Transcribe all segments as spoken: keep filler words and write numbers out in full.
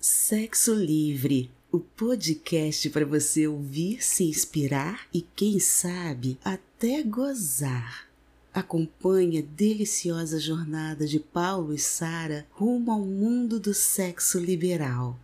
Sexo Livre, o podcast para você ouvir, se inspirar e, quem sabe, até gozar. Acompanhe a deliciosa jornada de Paulo e Sara rumo ao mundo do sexo liberal.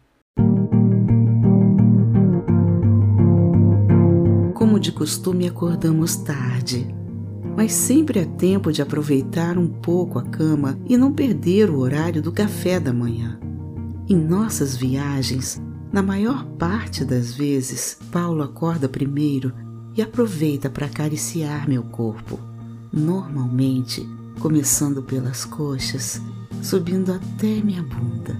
Como de costume, acordamos tarde, mas sempre há tempo de aproveitar um pouco a cama e não perder o horário do café da manhã. Em nossas viagens, na maior parte das vezes, Paulo acorda primeiro e aproveita para acariciar meu corpo, normalmente começando pelas coxas, subindo até minha bunda.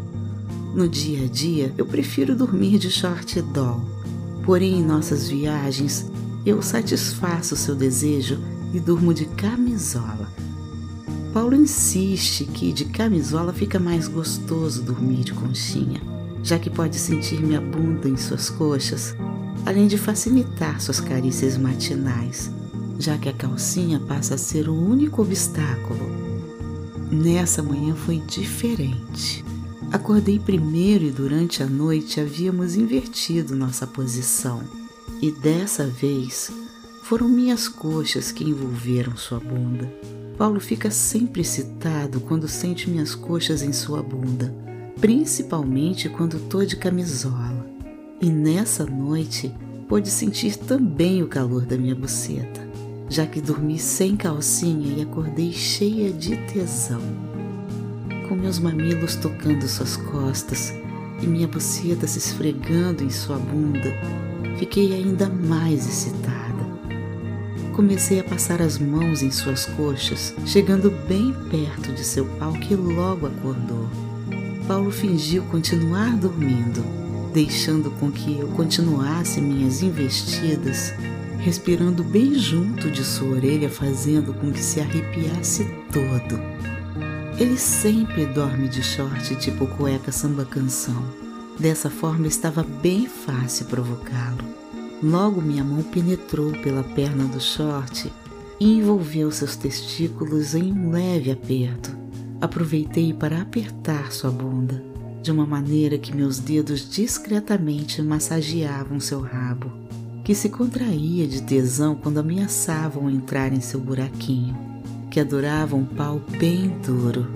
No dia a dia, eu prefiro dormir de short doll, porém em nossas viagens, eu satisfaço seu desejo e durmo de camisola. Paulo insiste que de camisola fica mais gostoso dormir de conchinha, já que pode sentir minha bunda em suas coxas, além de facilitar suas carícias matinais, já que a calcinha passa a ser o único obstáculo. Nessa manhã foi diferente. Acordei primeiro e durante a noite havíamos invertido nossa posição, e dessa vez foram minhas coxas que envolveram sua bunda. Paulo fica sempre excitado quando sente minhas coxas em sua bunda, principalmente quando tô de camisola. E nessa noite pôde sentir também o calor da minha buceta, já que dormi sem calcinha e acordei cheia de tesão. Com meus mamilos tocando suas costas e minha buceta se esfregando em sua bunda, fiquei ainda mais excitada. Comecei a passar as mãos em suas coxas, chegando bem perto de seu pau que logo acordou. Paulo fingiu continuar dormindo, deixando com que eu continuasse minhas investidas, respirando bem junto de sua orelha, fazendo com que se arrepiasse todo. Ele sempre dorme de short tipo cueca samba canção. Dessa forma estava bem fácil provocá-lo. Logo minha mão penetrou pela perna do short e envolveu seus testículos em um leve aperto. Aproveitei para apertar sua bunda, de uma maneira que meus dedos discretamente massageavam seu rabo, que se contraía de tesão quando ameaçavam entrar em seu buraquinho, que adorava um pau bem duro.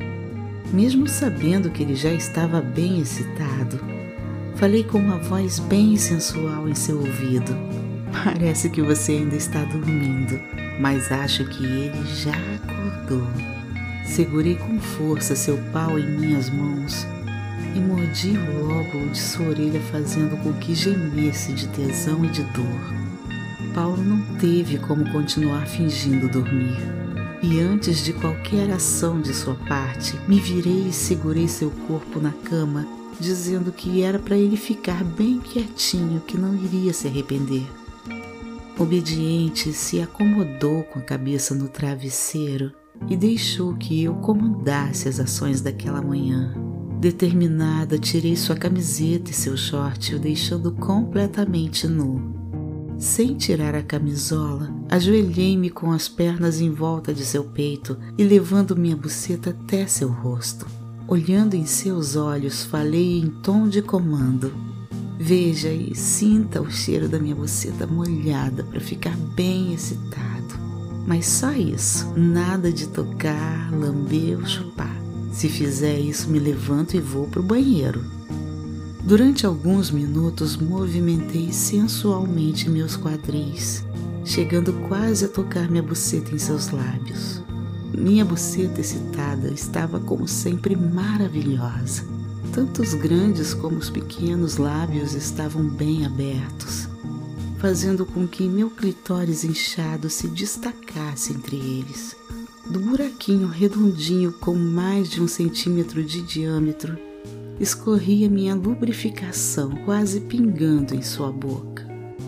Mesmo sabendo que ele já estava bem excitado, falei com uma voz bem sensual em seu ouvido. Parece que você ainda está dormindo, mas acho que ele já acordou. Segurei com força seu pau em minhas mãos e mordi o lóbulo de sua orelha, fazendo com que gemesse de tesão e de dor. Paulo não teve como continuar fingindo dormir. E antes de qualquer ação de sua parte, me virei e segurei seu corpo na cama, dizendo que era para ele ficar bem quietinho, que não iria se arrepender. Obediente, se acomodou com a cabeça no travesseiro e deixou que eu comandasse as ações daquela manhã. Determinada, tirei sua camiseta e seu short, o deixando completamente nu. Sem tirar a camisola, ajoelhei-me com as pernas em volta de seu peito e levando minha buceta até seu rosto. Olhando em seus olhos, falei em tom de comando. Veja e sinta o cheiro da minha buceta molhada para ficar bem excitado. Mas só isso, nada de tocar, lamber ou chupar. Se fizer isso, me levanto e vou para o banheiro. Durante alguns minutos, movimentei sensualmente meus quadris, chegando quase a tocar minha buceta em seus lábios. Minha buceta excitada estava, como sempre, maravilhosa. Tanto os grandes como os pequenos lábios estavam bem abertos, fazendo com que meu clitóris inchado se destacasse entre eles. Do buraquinho redondinho com mais de um centímetro de diâmetro, escorria minha lubrificação, quase pingando em sua boca.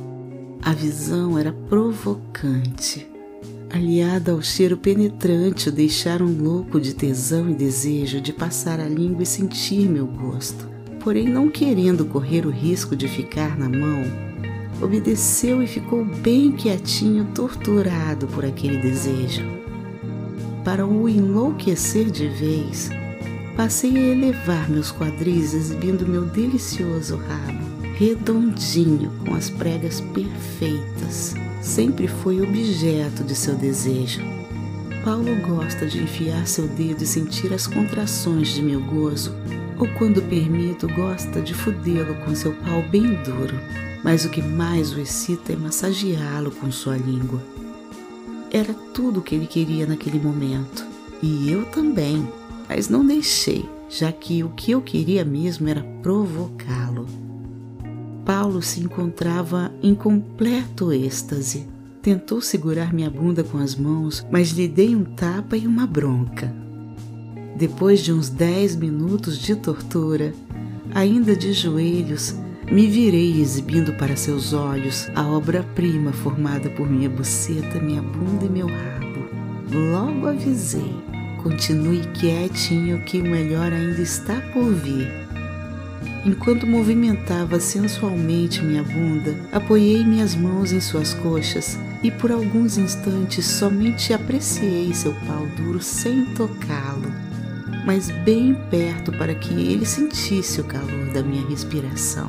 A visão era provocante. Aliada ao cheiro penetrante, o deixaram louco de tesão e desejo de passar a língua e sentir meu gosto. Porém, não querendo correr o risco de ficar na mão, obedeceu e ficou bem quietinho, torturado por aquele desejo. Para o enlouquecer de vez, Passei a elevar meus quadris, exibindo meu delicioso rabo, redondinho, com as pregas perfeitas. Sempre foi objeto de seu desejo. Paulo gosta de enfiar seu dedo e sentir as contrações de meu gozo, ou quando permito, gosta de fudê-lo com seu pau bem duro, mas o que mais o excita é massageá-lo com sua língua. Era tudo o que ele queria naquele momento, e eu também, mas não deixei, já que o que eu queria mesmo era provocá-lo. Paulo se encontrava em completo êxtase. Tentou segurar minha bunda com as mãos, mas lhe dei um tapa e uma bronca. Depois de uns dez minutos de tortura, ainda de joelhos, me virei exibindo para seus olhos a obra-prima formada por minha buceta, minha bunda e meu rabo. Logo avisei, continue quietinho que o melhor ainda está por vir. Enquanto movimentava sensualmente minha bunda, apoiei minhas mãos em suas coxas e por alguns instantes somente apreciei seu pau duro sem tocá-lo, mas bem perto para que ele sentisse o calor da minha respiração.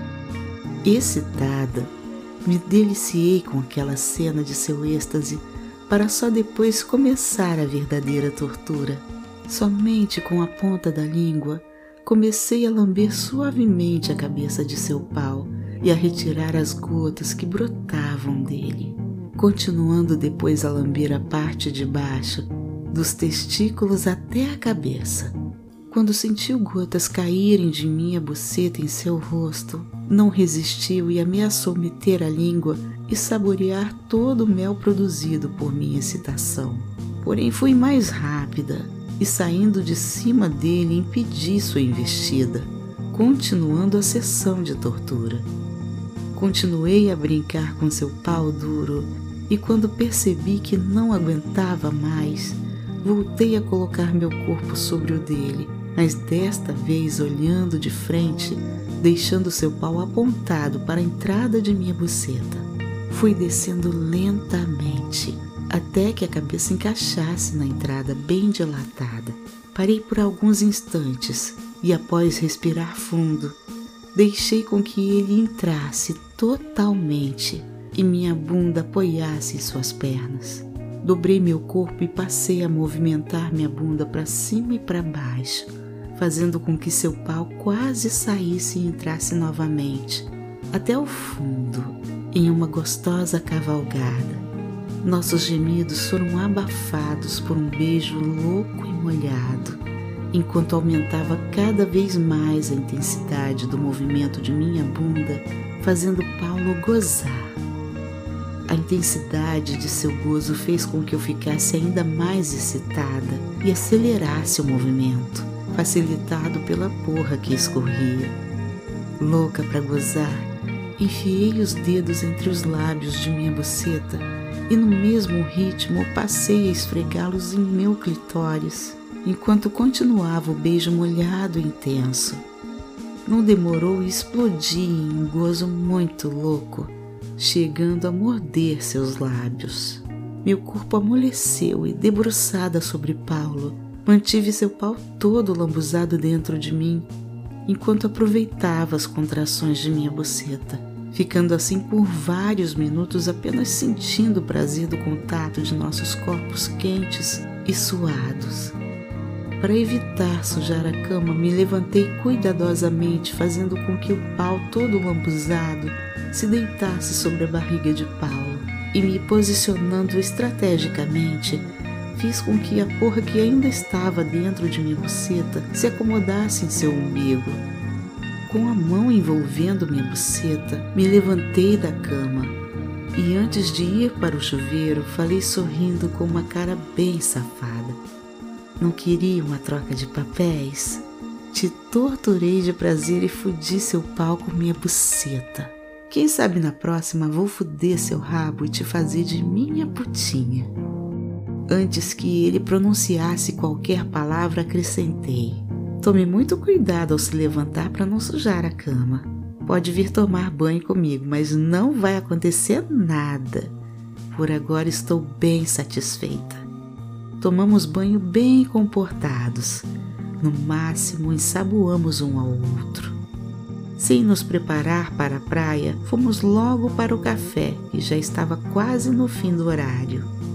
Excitada, me deliciei com aquela cena de seu êxtase para só depois começar a verdadeira tortura. Somente com a ponta da língua comecei a lamber suavemente a cabeça de seu pau e a retirar as gotas que brotavam dele, continuando depois a lamber a parte de baixo, dos testículos até a cabeça. Quando sentiu gotas caírem de minha buceta em seu rosto, não resistiu e ameaçou meter a língua e saborear todo o mel produzido por minha excitação. Porém fui mais rápida e, saindo de cima dele, impedi sua investida, continuando a sessão de tortura. Continuei a brincar com seu pau duro e, quando percebi que não aguentava mais, voltei a colocar meu corpo sobre o dele, mas desta vez olhando de frente, deixando seu pau apontado para a entrada de minha buceta. Fui descendo lentamente, até que a cabeça encaixasse na entrada bem dilatada. Parei por alguns instantes e, após respirar fundo, deixei com que ele entrasse totalmente e minha bunda apoiasse em suas pernas. Dobrei meu corpo e passei a movimentar minha bunda para cima e para baixo, fazendo com que seu pau quase saísse e entrasse novamente, até o fundo, em uma gostosa cavalgada. Nossos gemidos foram abafados por um beijo louco e molhado, enquanto aumentava cada vez mais a intensidade do movimento de minha bunda, fazendo Paulo gozar. A intensidade de seu gozo fez com que eu ficasse ainda mais excitada e acelerasse o movimento, facilitado pela porra que escorria. Louca para gozar, enfiei os dedos entre os lábios de minha buceta e, no mesmo ritmo, passei a esfregá-los em meu clitóris, enquanto continuava o beijo molhado e intenso. Não demorou e explodi em um gozo muito louco, chegando a morder seus lábios. Meu corpo amoleceu e, debruçada sobre Paulo, mantive seu pau todo lambuzado dentro de mim, enquanto aproveitava as contrações de minha buceta, ficando assim por vários minutos apenas sentindo o prazer do contato de nossos corpos quentes e suados. Para evitar sujar a cama, me levantei cuidadosamente, fazendo com que o pau todo lambuzado se deitasse sobre a barriga de Paulo e, me posicionando estrategicamente, fiz com que a porra que ainda estava dentro de minha buceta se acomodasse em seu umbigo. Com a mão envolvendo minha buceta, me levantei da cama e, antes de ir para o chuveiro, falei sorrindo com uma cara bem safada: não queria uma troca de papéis? Te torturei de prazer e fudi seu pau com minha buceta. Quem sabe na próxima vou fuder seu rabo e te fazer de minha putinha. Antes que ele pronunciasse qualquer palavra, acrescentei: tome muito cuidado ao se levantar para não sujar a cama. Pode vir tomar banho comigo, mas não vai acontecer nada. Por agora estou bem satisfeita. Tomamos banho bem comportados. No máximo, ensaboamos um ao outro. Sem nos preparar para a praia, fomos logo para o café, que já estava quase no fim do horário.